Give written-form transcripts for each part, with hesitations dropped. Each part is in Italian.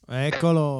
Eccolo.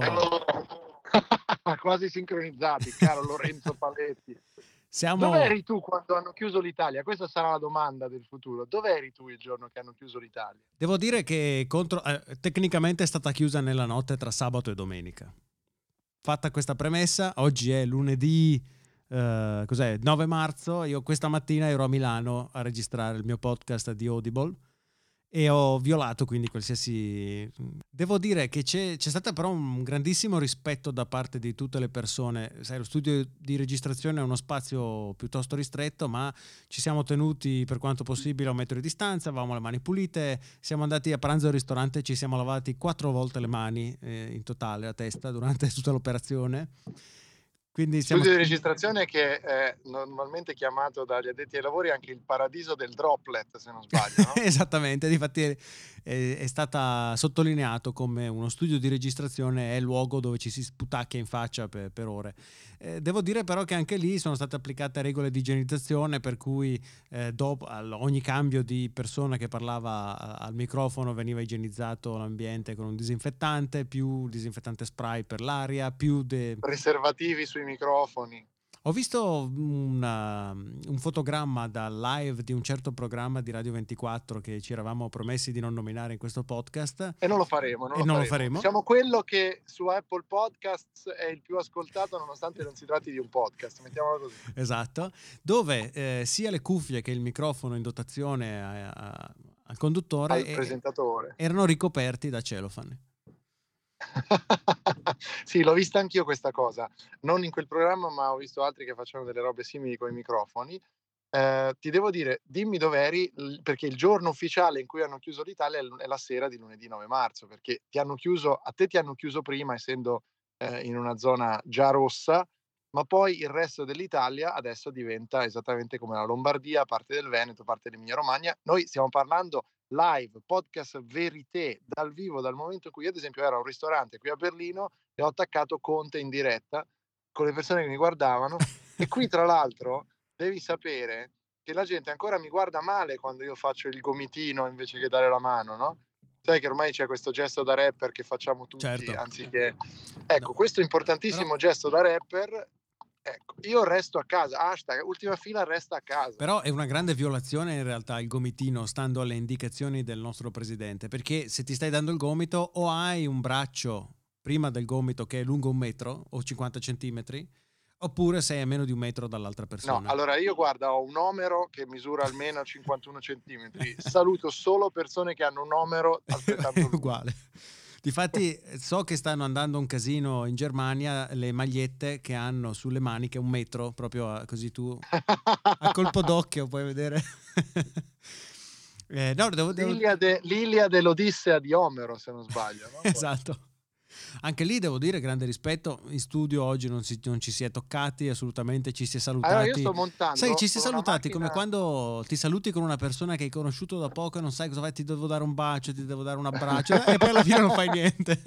Quasi sincronizzati, caro Lorenzo Paletti. Siamo... Dove eri tu quando hanno chiuso l'Italia? Questa sarà la domanda del futuro. Dove eri tu il giorno che hanno chiuso l'Italia? Devo dire che tecnicamente è stata chiusa nella notte tra sabato e domenica. Fatta questa premessa, oggi è lunedì 9 marzo, io questa mattina ero a Milano a registrare il mio podcast di Audible e ho violato quindi qualsiasi... Devo dire che c'è stato però un grandissimo rispetto da parte di tutte le persone. Sai, lo studio di registrazione è uno spazio piuttosto ristretto, ma ci siamo tenuti per quanto possibile a 1 metro di distanza, avevamo le mani pulite, siamo andati a pranzo al ristorante, ci siamo lavati 4 volte le mani in totale a testa durante tutta l'operazione. Quindi studio di registrazione che è normalmente chiamato dagli addetti ai lavori anche il paradiso del droplet, se non sbaglio, no? Esattamente, difatti è stata sottolineato come uno studio di registrazione è il luogo dove ci si sputacchia in faccia per ore. Devo dire però che anche lì sono state applicate regole di igienizzazione, per cui dopo ogni cambio di persona che parlava al microfono veniva igienizzato l'ambiente con un disinfettante, più disinfettante spray per l'aria, più preservativi sui microfoni. Ho visto un fotogramma dal live di un certo programma di Radio 24 che ci eravamo promessi di non nominare in questo podcast. E non lo faremo. Non lo faremo. Siamo quello che su Apple Podcasts è il più ascoltato nonostante non si tratti di un podcast, mettiamolo così. Esatto, dove sia le cuffie che il microfono in dotazione al conduttore al presentatore erano ricoperti da cellophane. Sì, l'ho vista anch'io questa cosa, non in quel programma, ma ho visto altri che facevano delle robe simili con i microfoni. Ti devo dire, dimmi dov'eri, perché il giorno ufficiale in cui hanno chiuso l'Italia è la sera di lunedì 9 marzo, perché a te ti hanno chiuso prima, essendo in una zona già rossa, ma poi il resto dell'Italia adesso diventa esattamente come la Lombardia, parte del Veneto, parte dell'Emilia Romagna. Noi stiamo parlando live, podcast verité, dal vivo, dal momento in cui io ad esempio ero a un ristorante qui a Berlino e ho attaccato Conte in diretta con le persone che mi guardavano e qui tra l'altro devi sapere che la gente ancora mi guarda male quando io faccio il gomitino invece che dare la mano, no? Sai che ormai c'è questo gesto da rapper che facciamo tutti, certo. Anziché... Ecco, no. Questo importantissimo gesto da rapper... Ecco, io resto a casa, hashtag ultima fila resta a casa. Però è una grande violazione in realtà il gomitino, stando alle indicazioni del nostro presidente, perché se ti stai dando il gomito o hai un braccio prima del gomito che è lungo 1 metro o 50 centimetri, oppure sei a meno di 1 metro dall'altra persona. No, allora io guarda, ho un omero che misura almeno 51 centimetri, saluto solo persone che hanno un omero altrettanto lungo. Uguale. Difatti so che stanno andando un casino in Germania le magliette che hanno sulle maniche 1 metro, proprio così tu a colpo d'occhio puoi vedere. No, l'Iliade l'Odissea di Omero, se non sbaglio. No? Esatto. Anche lì devo dire grande rispetto, in studio oggi non ci si è toccati assolutamente, ci si è salutati. Allora io sto montando. Sai, ci si è salutati come quando ti saluti con una persona che hai conosciuto da poco e non sai cosa fai, ti devo dare un bacio, ti devo dare un abbraccio e poi alla fine non fai niente.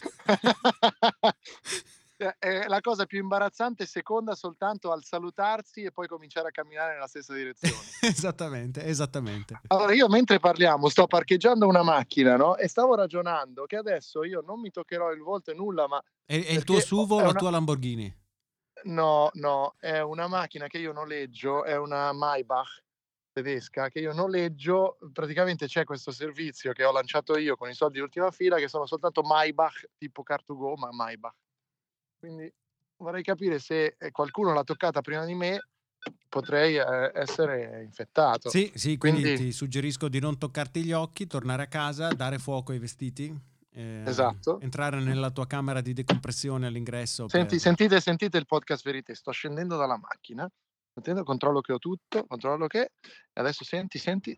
È la cosa più imbarazzante, seconda soltanto al salutarsi e poi cominciare a camminare nella stessa direzione. Esattamente. Allora io mentre parliamo sto parcheggiando una macchina, no? E stavo ragionando che adesso io non mi toccherò il volto e nulla, ma... È il tuo SUV o la tua Lamborghini? No, è una macchina che io noleggio, è una Maybach tedesca che io noleggio. Praticamente c'è questo servizio che ho lanciato io con i soldi di ultima fila, che sono soltanto Maybach, tipo Car2Go, ma Maybach. Quindi vorrei capire se qualcuno l'ha toccata prima di me, potrei essere infettato. Sì, quindi ti suggerisco di non toccarti gli occhi, tornare a casa, dare fuoco ai vestiti, esatto. Entrare nella tua camera di decompressione all'ingresso. Sentite il podcast Verité, sto scendendo dalla macchina, controllo che ho tutto, adesso senti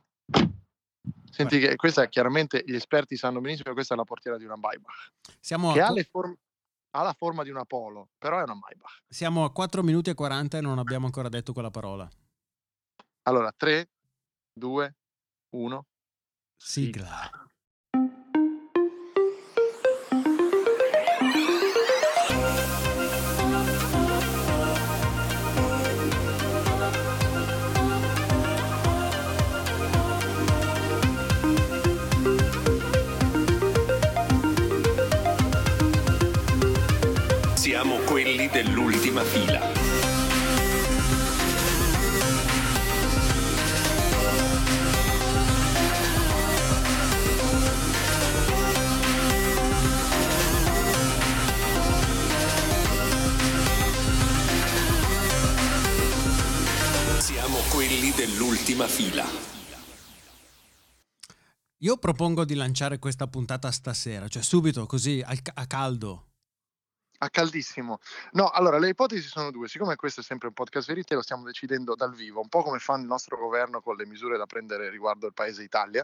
che questa chiaramente gli esperti sanno benissimo che questa è la portiera di una Maybach, che ha la forma di una Polo, però è una Maybach. Siamo a 4 minuti e 40 e non abbiamo ancora detto quella parola. Allora, 3, 2, 1. Sigla. Siamo quelli dell'ultima fila. Siamo quelli dell'ultima fila. Io propongo di lanciare questa puntata stasera, cioè subito così a caldo. A caldissimo. No, allora le ipotesi sono due. Siccome questo è sempre un podcast verité, lo stiamo decidendo dal vivo, un po' come fa il nostro governo con le misure da prendere riguardo il paese Italia.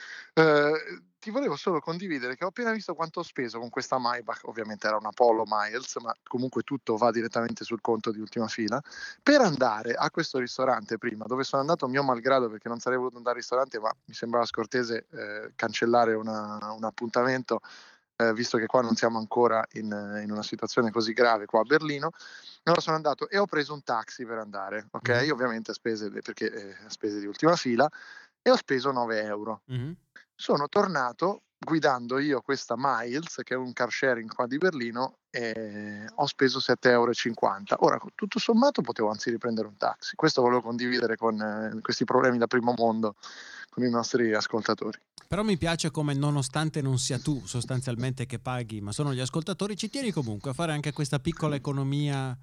Ti volevo solo condividere che ho appena visto quanto ho speso con questa Maybach, ovviamente era una Polo Miles, ma comunque tutto va direttamente sul conto di ultima fila, per andare a questo ristorante prima, dove sono andato mio malgrado perché non sarei voluto andare al ristorante, ma mi sembrava scortese cancellare un appuntamento. Visto che qua non siamo ancora in una situazione così grave qua a Berlino, allora sono andato e ho preso un taxi per andare, ok? Ovviamente a spese di ultima fila, e ho speso 9 euro. Sono tornato guidando io questa Miles, che è un car sharing qua di Berlino, e ho speso 7,50 euro. Ora, tutto sommato, potevo anzi riprendere un taxi. Questo volevo condividere con questi problemi da primo mondo con i nostri ascoltatori. Però mi piace come, nonostante non sia tu sostanzialmente che paghi, ma sono gli ascoltatori, ci tieni comunque a fare anche questa piccola economia.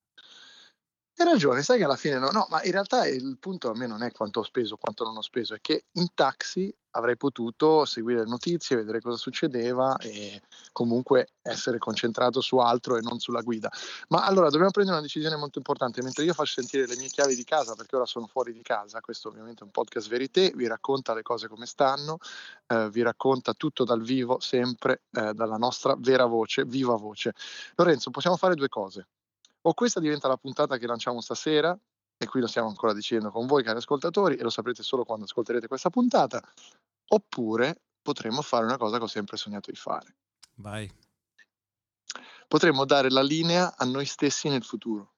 Hai ragione, sai che alla fine no, ma in realtà il punto a me non è quanto ho speso, quanto non ho speso, è che in taxi avrei potuto seguire le notizie, vedere cosa succedeva e comunque essere concentrato su altro e non sulla guida. Ma allora dobbiamo prendere una decisione molto importante. Mentre io faccio sentire le mie chiavi di casa, perché ora sono fuori di casa, questo ovviamente è un podcast verité, vi racconta le cose come stanno, vi racconta tutto dal vivo, sempre dalla nostra vera voce, viva voce. Lorenzo, possiamo fare due cose. O questa diventa la puntata che lanciamo stasera, e qui lo stiamo ancora decidendo con voi cari ascoltatori, e lo saprete solo quando ascolterete questa puntata, oppure potremmo fare una cosa che ho sempre sognato di fare. Vai. Potremmo dare la linea a noi stessi nel futuro.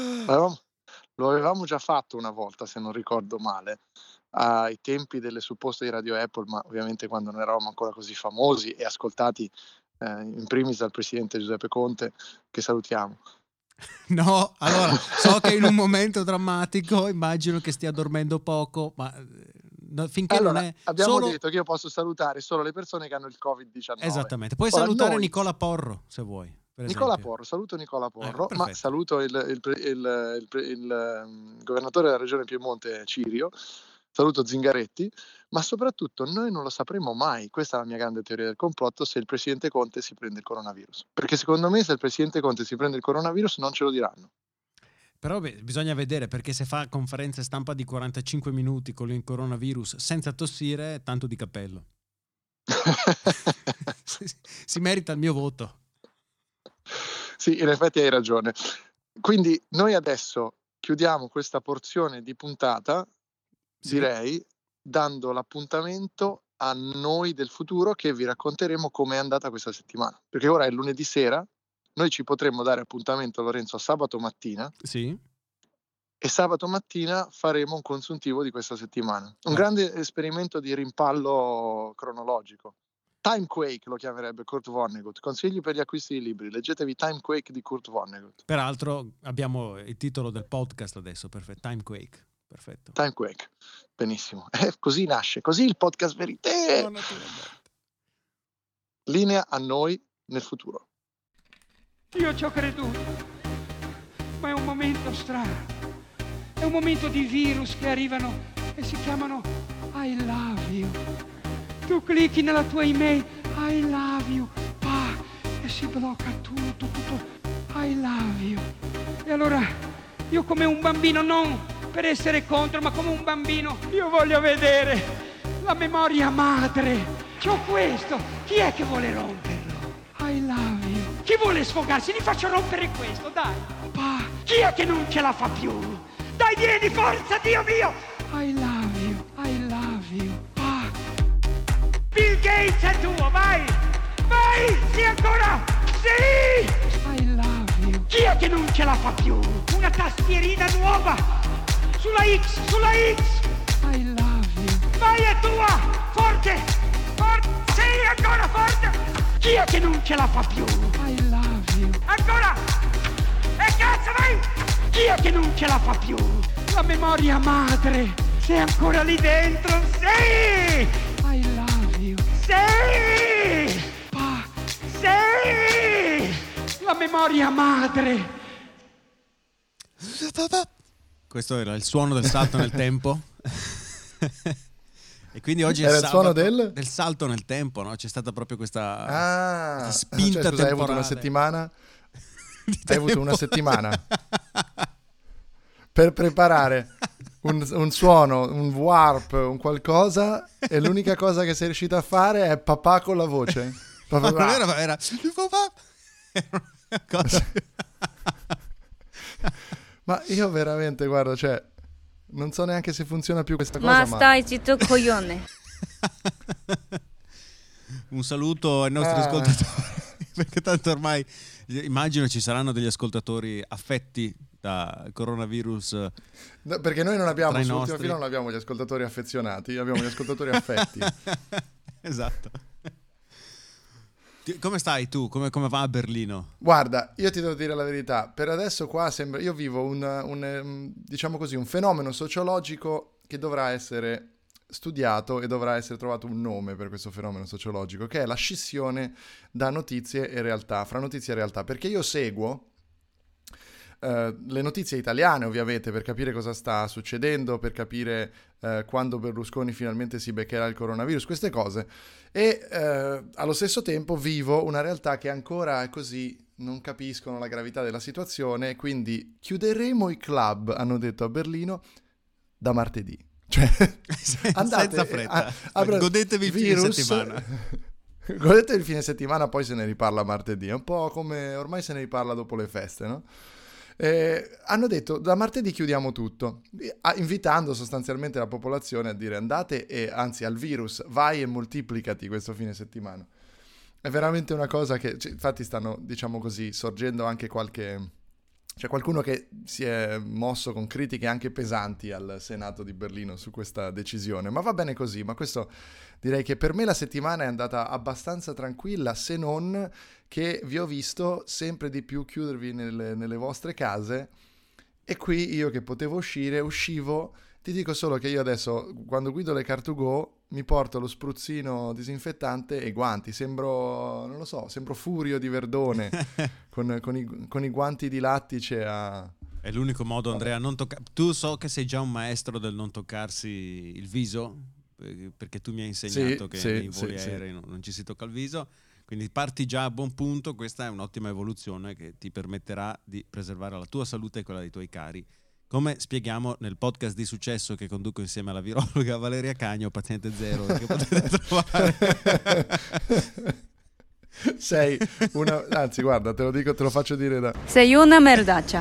Lo avevamo già fatto una volta, se non ricordo male, ai tempi delle supposte di Radio Apple, ma ovviamente quando non eravamo ancora così famosi e ascoltati in primis dal presidente Giuseppe Conte, che salutiamo. No, allora, so che in un momento drammatico immagino che stia dormendo poco, ma finché allora, non è abbiamo solo... detto che io posso salutare solo le persone che hanno il Covid-19. Esattamente, puoi Ora, salutare noi... Nicola Porro se vuoi. Nicola Porro, saluto Nicola Porro, ma saluto il governatore della regione Piemonte Cirio, saluto Zingaretti, ma soprattutto noi non lo sapremo mai, questa è la mia grande teoria del complotto, se il presidente Conte si prende il coronavirus. Perché secondo me se il presidente Conte si prende il coronavirus non ce lo diranno. Però bisogna vedere, perché se fa conferenze stampa di 45 minuti con il coronavirus senza tossire, tanto di cappello. Si merita il mio voto. Sì, in effetti hai ragione. Quindi noi adesso chiudiamo questa porzione di puntata, direi, dando l'appuntamento a noi del futuro che vi racconteremo com'è andata questa settimana. Perché ora è lunedì sera, noi ci potremmo dare appuntamento, Lorenzo, a sabato mattina. Sì. E sabato mattina faremo un consuntivo di questa settimana. Un grande esperimento di rimpallo cronologico. Timequake lo chiamerebbe Kurt Vonnegut. Consigli per gli acquisti di libri. Leggetevi Timequake di Kurt Vonnegut. Peraltro abbiamo il titolo del podcast adesso, perfetto. Timequake. Perfetto. Timequake. Benissimo. Così nasce. Così il podcast verité. No, naturalmente. Linea a noi nel futuro. Io ci ho creduto. Ma è un momento strano. È un momento di virus che arrivano e si chiamano I love you. Tu clicchi nella tua email I love you, e si blocca tutto I love you. E allora io come un bambino, non per essere contro, ma come un bambino, io voglio vedere la memoria madre. C'ho questo, chi è che vuole romperlo? I love you. Chi vuole sfogarsi? Gli faccio rompere questo, dai. Chi è che non ce la fa più? Dai, vieni, forza, Dio mio! I love you, I love you. Bill Gates è tuo, vai! Vai! Sì, ancora! Sì! I love you. Chi è che non ce la fa più? Una tastierina nuova! Sulla X, sulla X! I love you. Vai, è tua! Forte! Forte! Sì, ancora forte! Chi è che non ce la fa più? I love you. Ancora! Cazzo, vai! Chi è che non ce la fa più? La memoria madre! Sei ancora lì dentro? Sì! I love you! Sì! Sì! La memoria madre! Questo era il suono del salto nel tempo. E quindi oggi è Era il il suono del salto nel tempo, no? C'è stata proprio questa spinta cioè, scusa, temporale. hai avuto una settimana? Hai avuto una settimana per preparare un suono, un warp, un qualcosa, e l'unica cosa che sei riuscito a fare è papà con la voce. No, non era papà. Era una cosa... Ma io veramente, guarda, cioè, non so neanche se funziona più questa cosa, Ma stai zitto, coglione. Un saluto ai nostri ascoltatori, perché tanto ormai immagino ci saranno degli ascoltatori affetti da coronavirus. No, perché noi non abbiamo, sull'ultima nostri. fila non abbiamo gli ascoltatori affezionati, abbiamo gli ascoltatori affetti. Esatto. Come stai tu? Come va a Berlino? Guarda, io ti devo dire la verità, per adesso qua sembra, io vivo diciamo così, un fenomeno sociologico che dovrà essere studiato e dovrà essere trovato un nome per questo fenomeno sociologico, che è la scissione da notizie e realtà, fra notizie e realtà, perché io seguo le notizie italiane, ovviamente, per capire cosa sta succedendo, per capire quando Berlusconi finalmente si beccherà il coronavirus, queste cose, e allo stesso tempo vivo una realtà che ancora è così, non capiscono la gravità della situazione, quindi chiuderemo i club, hanno detto a Berlino, da martedì. Cioè, andate, senza fretta, godetevi il virus, fine settimana. Godetevi il fine settimana, poi se ne riparla martedì, è un po' come ormai se ne riparla dopo le feste, no? Hanno detto da martedì chiudiamo tutto, invitando sostanzialmente la popolazione a dire andate e anzi al virus vai e moltiplicati questo fine settimana. È veramente una cosa che, infatti stanno, diciamo così, sorgendo anche c'è qualcuno che si è mosso con critiche anche pesanti al Senato di Berlino su questa decisione, ma va bene così. Ma questo, direi che per me la settimana è andata abbastanza tranquilla, se non che vi ho visto sempre di più chiudervi nelle vostre case, e qui io che potevo uscivo. Ti dico solo che io adesso, quando guido le Car2Go, mi porto lo spruzzino disinfettante e i guanti. Sembro, non lo so, sembro Furio di Verdone con i guanti di lattice a... È l'unico modo, Andrea, non toccare. Tu so che sei già un maestro del non toccarsi il viso, perché tu mi hai insegnato che nei voli aerei non ci si tocca il viso. Quindi parti già a buon punto. Questa è un'ottima evoluzione che ti permetterà di preservare la tua salute e quella dei tuoi cari. Come spieghiamo nel podcast di successo che conduco insieme alla virologa Valeria Cagno, paziente zero, che potete trovare. Sei una... Anzi, guarda, te lo dico, te lo faccio dire da... Sei una merdaccia.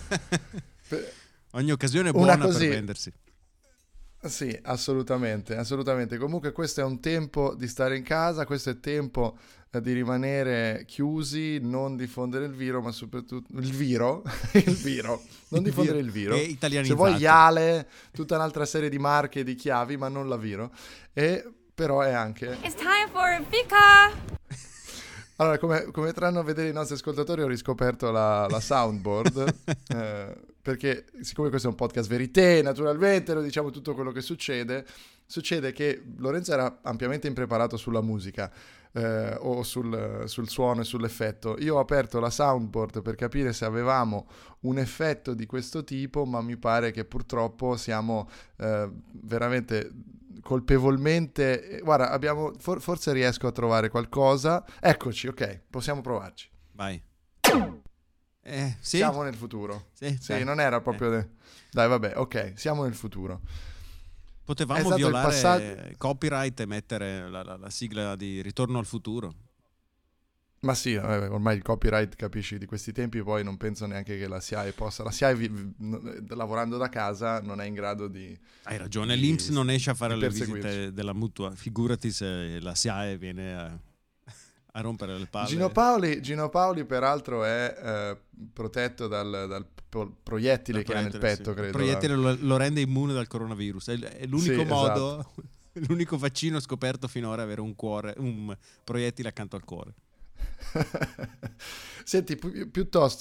Ogni occasione è buona per vendersi. Sì, assolutamente, assolutamente. Comunque questo è un tempo di stare in casa, questo è tempo di rimanere chiusi, non diffondere il viro, ma soprattutto il viro, non diffondere il viro. Se vuoi Iale, tutta un'altra serie di marche e di chiavi, ma non la viro. E però è anche... It's time for Fika! Allora, come potranno vedere i nostri ascoltatori, ho riscoperto la soundboard, perché siccome questo è un podcast verité, naturalmente lo diciamo tutto quello che succede che Lorenzo era ampiamente impreparato sulla musica o sul suono e sull'effetto. Io ho aperto la soundboard per capire se avevamo un effetto di questo tipo, ma mi pare che purtroppo siamo veramente... colpevolmente, guarda, abbiamo forse riesco a trovare qualcosa. Eccoci, ok, possiamo provarci. Vai. Sì? Siamo nel futuro. Sì, non era proprio dai, vabbè, ok, siamo nel futuro. Potevamo violare copyright e mettere la sigla di Ritorno al futuro. Ma sì, ormai il copyright, capisci, di questi tempi, poi non penso neanche che la SIAE possa. La SIAE lavorando da casa non è in grado di... Hai ragione, l'INPS non esce a fare le visite della mutua, figurati se la SIAE viene a rompere le palle. Gino Paoli peraltro è protetto dal proiettile che ha nel petto, credo. Il proiettile lo rende immune dal coronavirus, è l'unico modo, esatto. L'unico vaccino scoperto finora è avere un proiettile accanto al cuore. Senti, piuttosto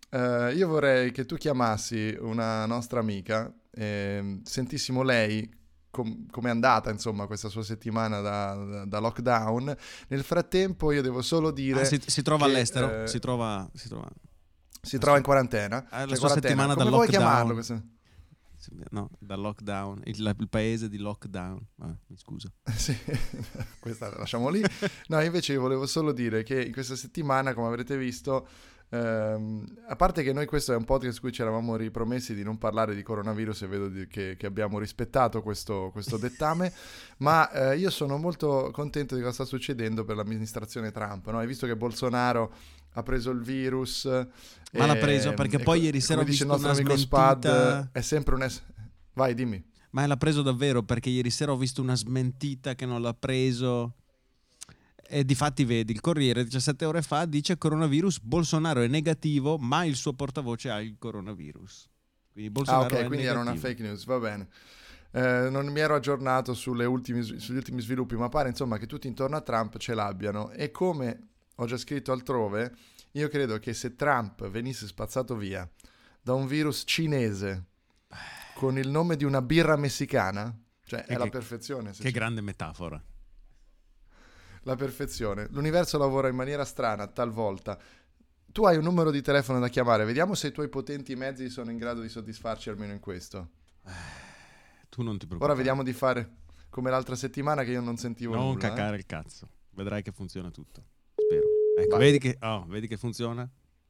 io vorrei che tu chiamassi una nostra amica, sentissimo lei come è andata, insomma, questa sua settimana da lockdown. Nel frattempo io devo solo dire... si trova che, all'estero? Si trova in quarantena. La sua settimana come da vuoi lockdown. chiamarlo questo? No, da lockdown, il paese di lockdown. Mi scuso. Sì, questa la lasciamo lì. No, invece io volevo solo dire che in questa settimana, come avrete visto, a parte che noi questo è un podcast in cui ci eravamo ripromessi di non parlare di coronavirus e vedo che abbiamo rispettato questo dettame, ma io sono molto contento di cosa sta succedendo per l'amministrazione Trump, no? Hai visto che Bolsonaro ha preso il virus, ma l'ha preso perché poi ieri sera ho visto il nostro una amico smentita. Spad è sempre vai, dimmi. Ma l'ha preso davvero, perché ieri sera ho visto una smentita che non l'ha preso. E difatti vedi, il Corriere 17 ore fa dice coronavirus, Bolsonaro è negativo, ma il suo portavoce ha il coronavirus. Quindi Bolsonaro è quindi negativo. era una fake news, va bene. Non mi ero aggiornato sugli ultimi sviluppi, ma pare insomma che tutti intorno a Trump ce l'abbiano. E come ho già scritto altrove, io credo che se Trump venisse spazzato via da un virus cinese con il nome di una birra messicana, cioè è la perfezione. Che grande metafora. La perfezione. L'universo lavora in maniera strana talvolta. Tu hai un numero di telefono da chiamare, vediamo se i tuoi potenti mezzi sono in grado di soddisfarci almeno in questo. Tu non ti preoccupare. Ora vediamo di fare come l'altra settimana che io non sentivo nulla. Non cacare il cazzo. Vedrai che funziona tutto. Spero. Ecco, vedi che funziona?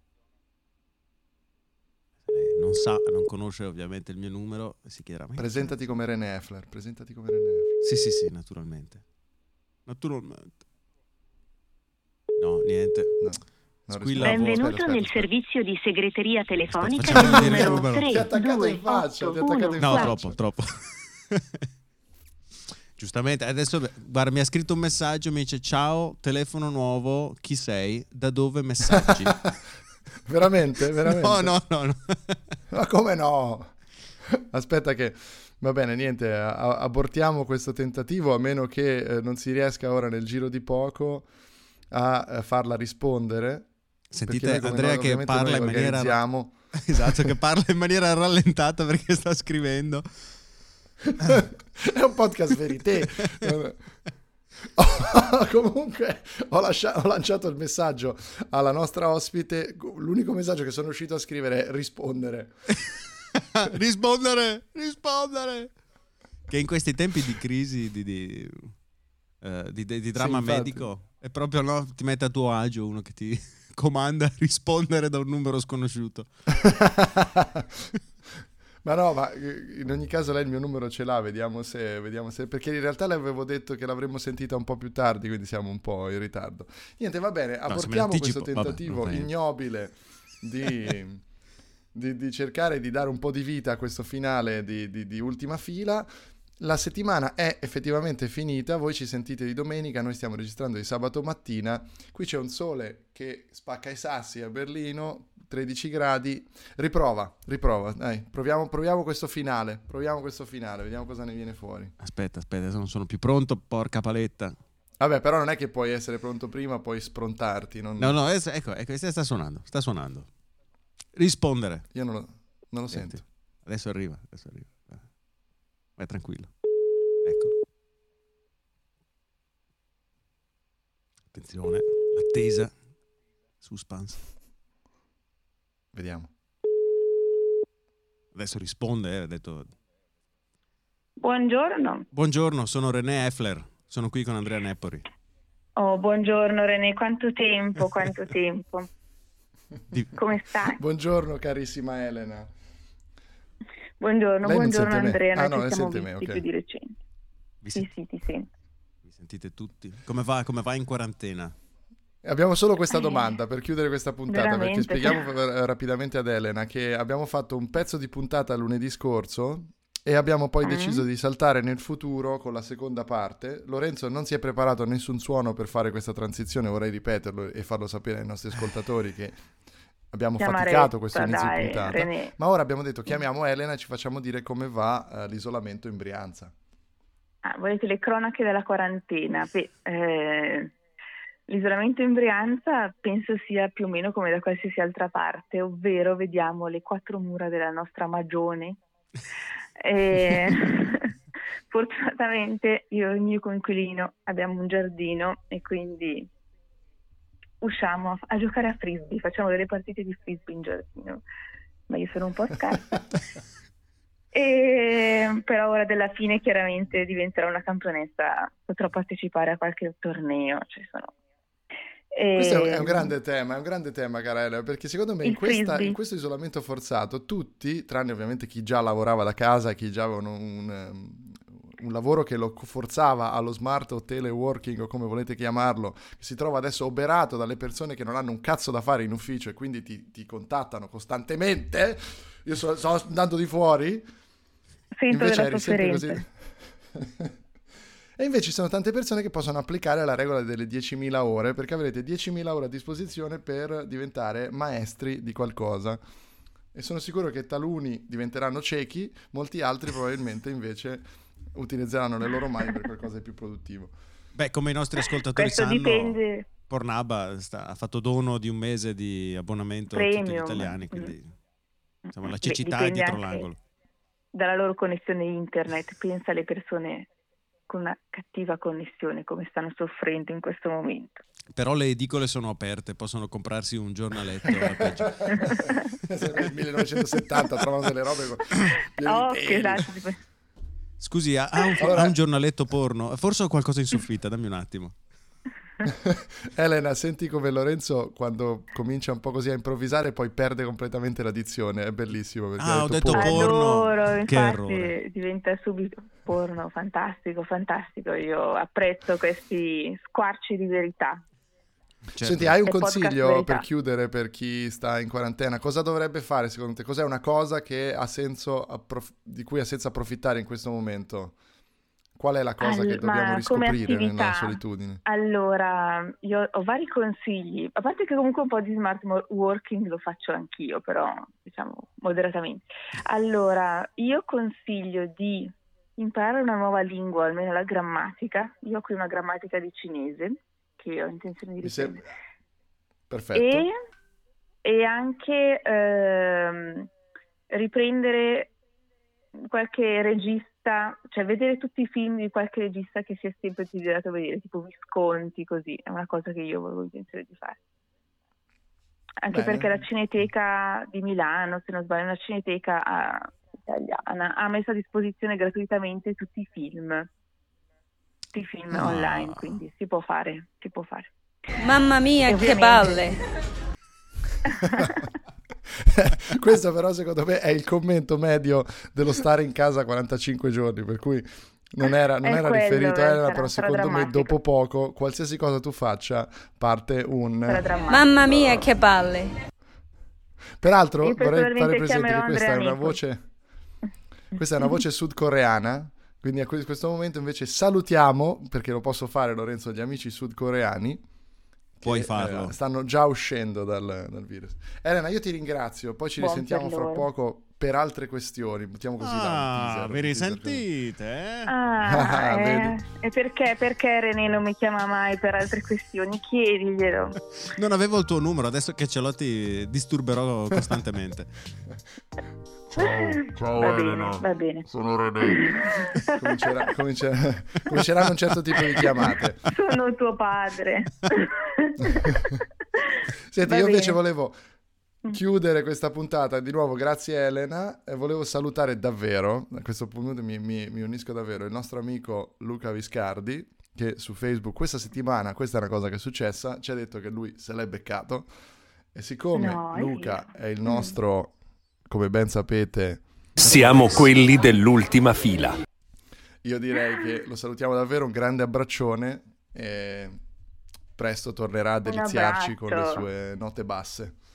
Non conosce ovviamente il mio numero e si chiederà. Presentati come René Effler. Sì, naturalmente. No, niente. No. Benvenuto nel servizio di segreteria telefonica del numero Ti ha attaccato in 328 faccia. No, troppo. Giustamente, adesso guarda, mi ha scritto un messaggio, mi dice ciao, telefono nuovo, chi sei? Da dove messaggi? Veramente? No. Ma come no? Aspetta che... Va bene, niente, abortiamo questo tentativo, a meno che non si riesca ora nel giro di poco a farla rispondere. Sentite Andrea che parla in maniera... Esatto, che parla in maniera rallentata perché sta scrivendo. È un podcast verité. Comunque ho lanciato il messaggio alla nostra ospite. L'unico messaggio che sono riuscito a scrivere è rispondere. rispondere che in questi tempi di crisi di dramma medico è proprio ti mette a tuo agio uno che ti comanda a rispondere da un numero sconosciuto. ma in ogni caso lei il mio numero ce l'ha, vediamo se perché in realtà le avevo detto che l'avremmo sentita un po' più tardi, quindi siamo un po' in ritardo. Niente, va bene, abortiamo questo tentativo ignobile di cercare di dare un po' di vita a questo finale di Ultima Fila. La settimana è effettivamente finita, voi ci sentite di domenica, noi stiamo registrando di sabato mattina, qui c'è un sole che spacca i sassi a Berlino, 13 gradi, riprova, dai, proviamo questo finale, vediamo cosa ne viene fuori. Aspetta, non sono più pronto, porca paletta. Vabbè, però non è che puoi essere pronto prima, puoi sprontarti. No, ecco, sta suonando. Rispondere. Io non lo sento. Adesso arriva. Vai tranquillo. Ecco. Attenzione, l'attesa. Suspense. Vediamo. Adesso risponde, ha detto. Buongiorno, sono René Effler. Sono qui con Andrea Nepori. Oh, buongiorno René, quanto tempo. Come stai? Buongiorno carissima Elena. Buongiorno Andrea, noi ci siamo visti okay. Più di recente. Sì, ti sento. Vi sentite tutti? Come va in quarantena? Abbiamo solo questa domanda per chiudere questa puntata, veramente? Perché spieghiamo rapidamente ad Elena che abbiamo fatto un pezzo di puntata lunedì scorso e abbiamo poi deciso di saltare nel futuro con la seconda parte. Lorenzo non si è preparato nessun suono per fare questa transizione, vorrei ripeterlo e farlo sapere ai nostri ascoltatori che abbiamo faticato questo inizio di puntata. René. Ma ora abbiamo detto chiamiamo Elena e ci facciamo dire come va l'isolamento in Brianza. Volete le cronache della quarantena? L'isolamento in Brianza penso sia più o meno come da qualsiasi altra parte, ovvero vediamo le 4 mura della nostra magione. E fortunatamente io e il mio coinquilino abbiamo un giardino e quindi usciamo a giocare a frisbee, facciamo delle partite di frisbee in giardino, ma io sono un po' scarsa. Però ora della fine chiaramente diventerò una campionessa, potrò partecipare a qualche torneo, Questo è un grande tema, cara Elena, perché secondo me in questo isolamento forzato tutti, tranne ovviamente chi già lavorava da casa, chi già aveva un lavoro che lo forzava allo smart o teleworking o come volete chiamarlo, che si trova adesso oberato dalle persone che non hanno un cazzo da fare in ufficio e quindi ti contattano costantemente. Io sto andando di fuori, sento invece della eri sempre sofferenza. così. E invece ci sono tante persone che possono applicare la regola delle 10.000 ore, perché avrete 10.000 ore a disposizione per diventare maestri di qualcosa. E sono sicuro che taluni diventeranno ciechi, molti altri probabilmente invece utilizzeranno le loro mani per qualcosa di più produttivo. Beh, come i nostri ascoltatori Questo sanno, dipende. Pornhub ha fatto dono di un mese di abbonamento a tutti gli italiani, quindi insomma la cecità è dietro l'angolo. Dalla loro connessione internet, pensa alle persone con una cattiva connessione come stanno soffrendo in questo momento. Però le edicole sono aperte, possono comprarsi un giornaletto peggio. Nel 1970 trovano delle robe esatto. Scusi, ha un giornaletto porno? Forse ho qualcosa in soffitta, dammi un attimo. Elena, senti come Lorenzo quando comincia un po' così a improvvisare poi perde completamente la dizione, è bellissimo perché ho detto porno. Adoro, che infatti errore. diventa subito porno, fantastico, io apprezzo questi squarci di verità. Certo. Senti, hai un E podcast consiglio verità. per chiudere per chi sta in quarantena? Cosa dovrebbe fare secondo te? Cos'è una cosa che ha senso di cui ha senso approfittare in questo momento? Qual è la cosa che dobbiamo riscoprire nella solitudine? Allora, io ho vari consigli, a parte che comunque un po' di smart working lo faccio anch'io, però diciamo moderatamente. Allora, io consiglio di imparare una nuova lingua, almeno la grammatica. Io ho qui una grammatica di cinese che ho intenzione di riprendere. Perfetto. E anche riprendere qualche regista, cioè vedere tutti i film di qualche regista che si è sempre desiderato vedere, tipo Visconti, così, è una cosa che io avevo intenzione di fare. Anche perché la Cineteca di Milano, se non sbaglio, una cineteca italiana, ha messo a disposizione gratuitamente tutti i film online, quindi si può fare. Mamma mia, che palle! Questo però secondo me è il commento medio dello stare in casa 45 giorni, per cui non era riferito a Elena, però secondo me dopo poco qualsiasi cosa tu faccia parte un Mamma mia, che palle! Peraltro vorrei fare presente che questa è una voce sudcoreana, quindi a questo momento invece salutiamo, perché lo posso fare Lorenzo, gli amici sudcoreani. Puoi farlo. Stanno già uscendo dal virus. Elena, io ti ringrazio, poi ci risentiamo fra poco per altre questioni. Buttiamo così vi risentite? E perché René non mi chiama mai per altre questioni? Chiediglielo. Non avevo il tuo numero, adesso che ce l'ho ti disturberò costantemente. Ciao Elena. Va bene. Sono René. Cominceranno un certo tipo di chiamate. Sono tuo padre. Senti, io invece volevo chiudere questa puntata di nuovo, grazie Elena, e volevo salutare davvero, a questo punto mi unisco davvero, il nostro amico Luca Viscardi, che su Facebook questa settimana, questa è una cosa che è successa, ci ha detto che lui se l'è beccato, e siccome Luca è il nostro, come ben sapete, siamo quelli dell'ultima fila. Io direi che lo salutiamo davvero, un grande abbraccione e presto tornerà a deliziarci con le sue note basse.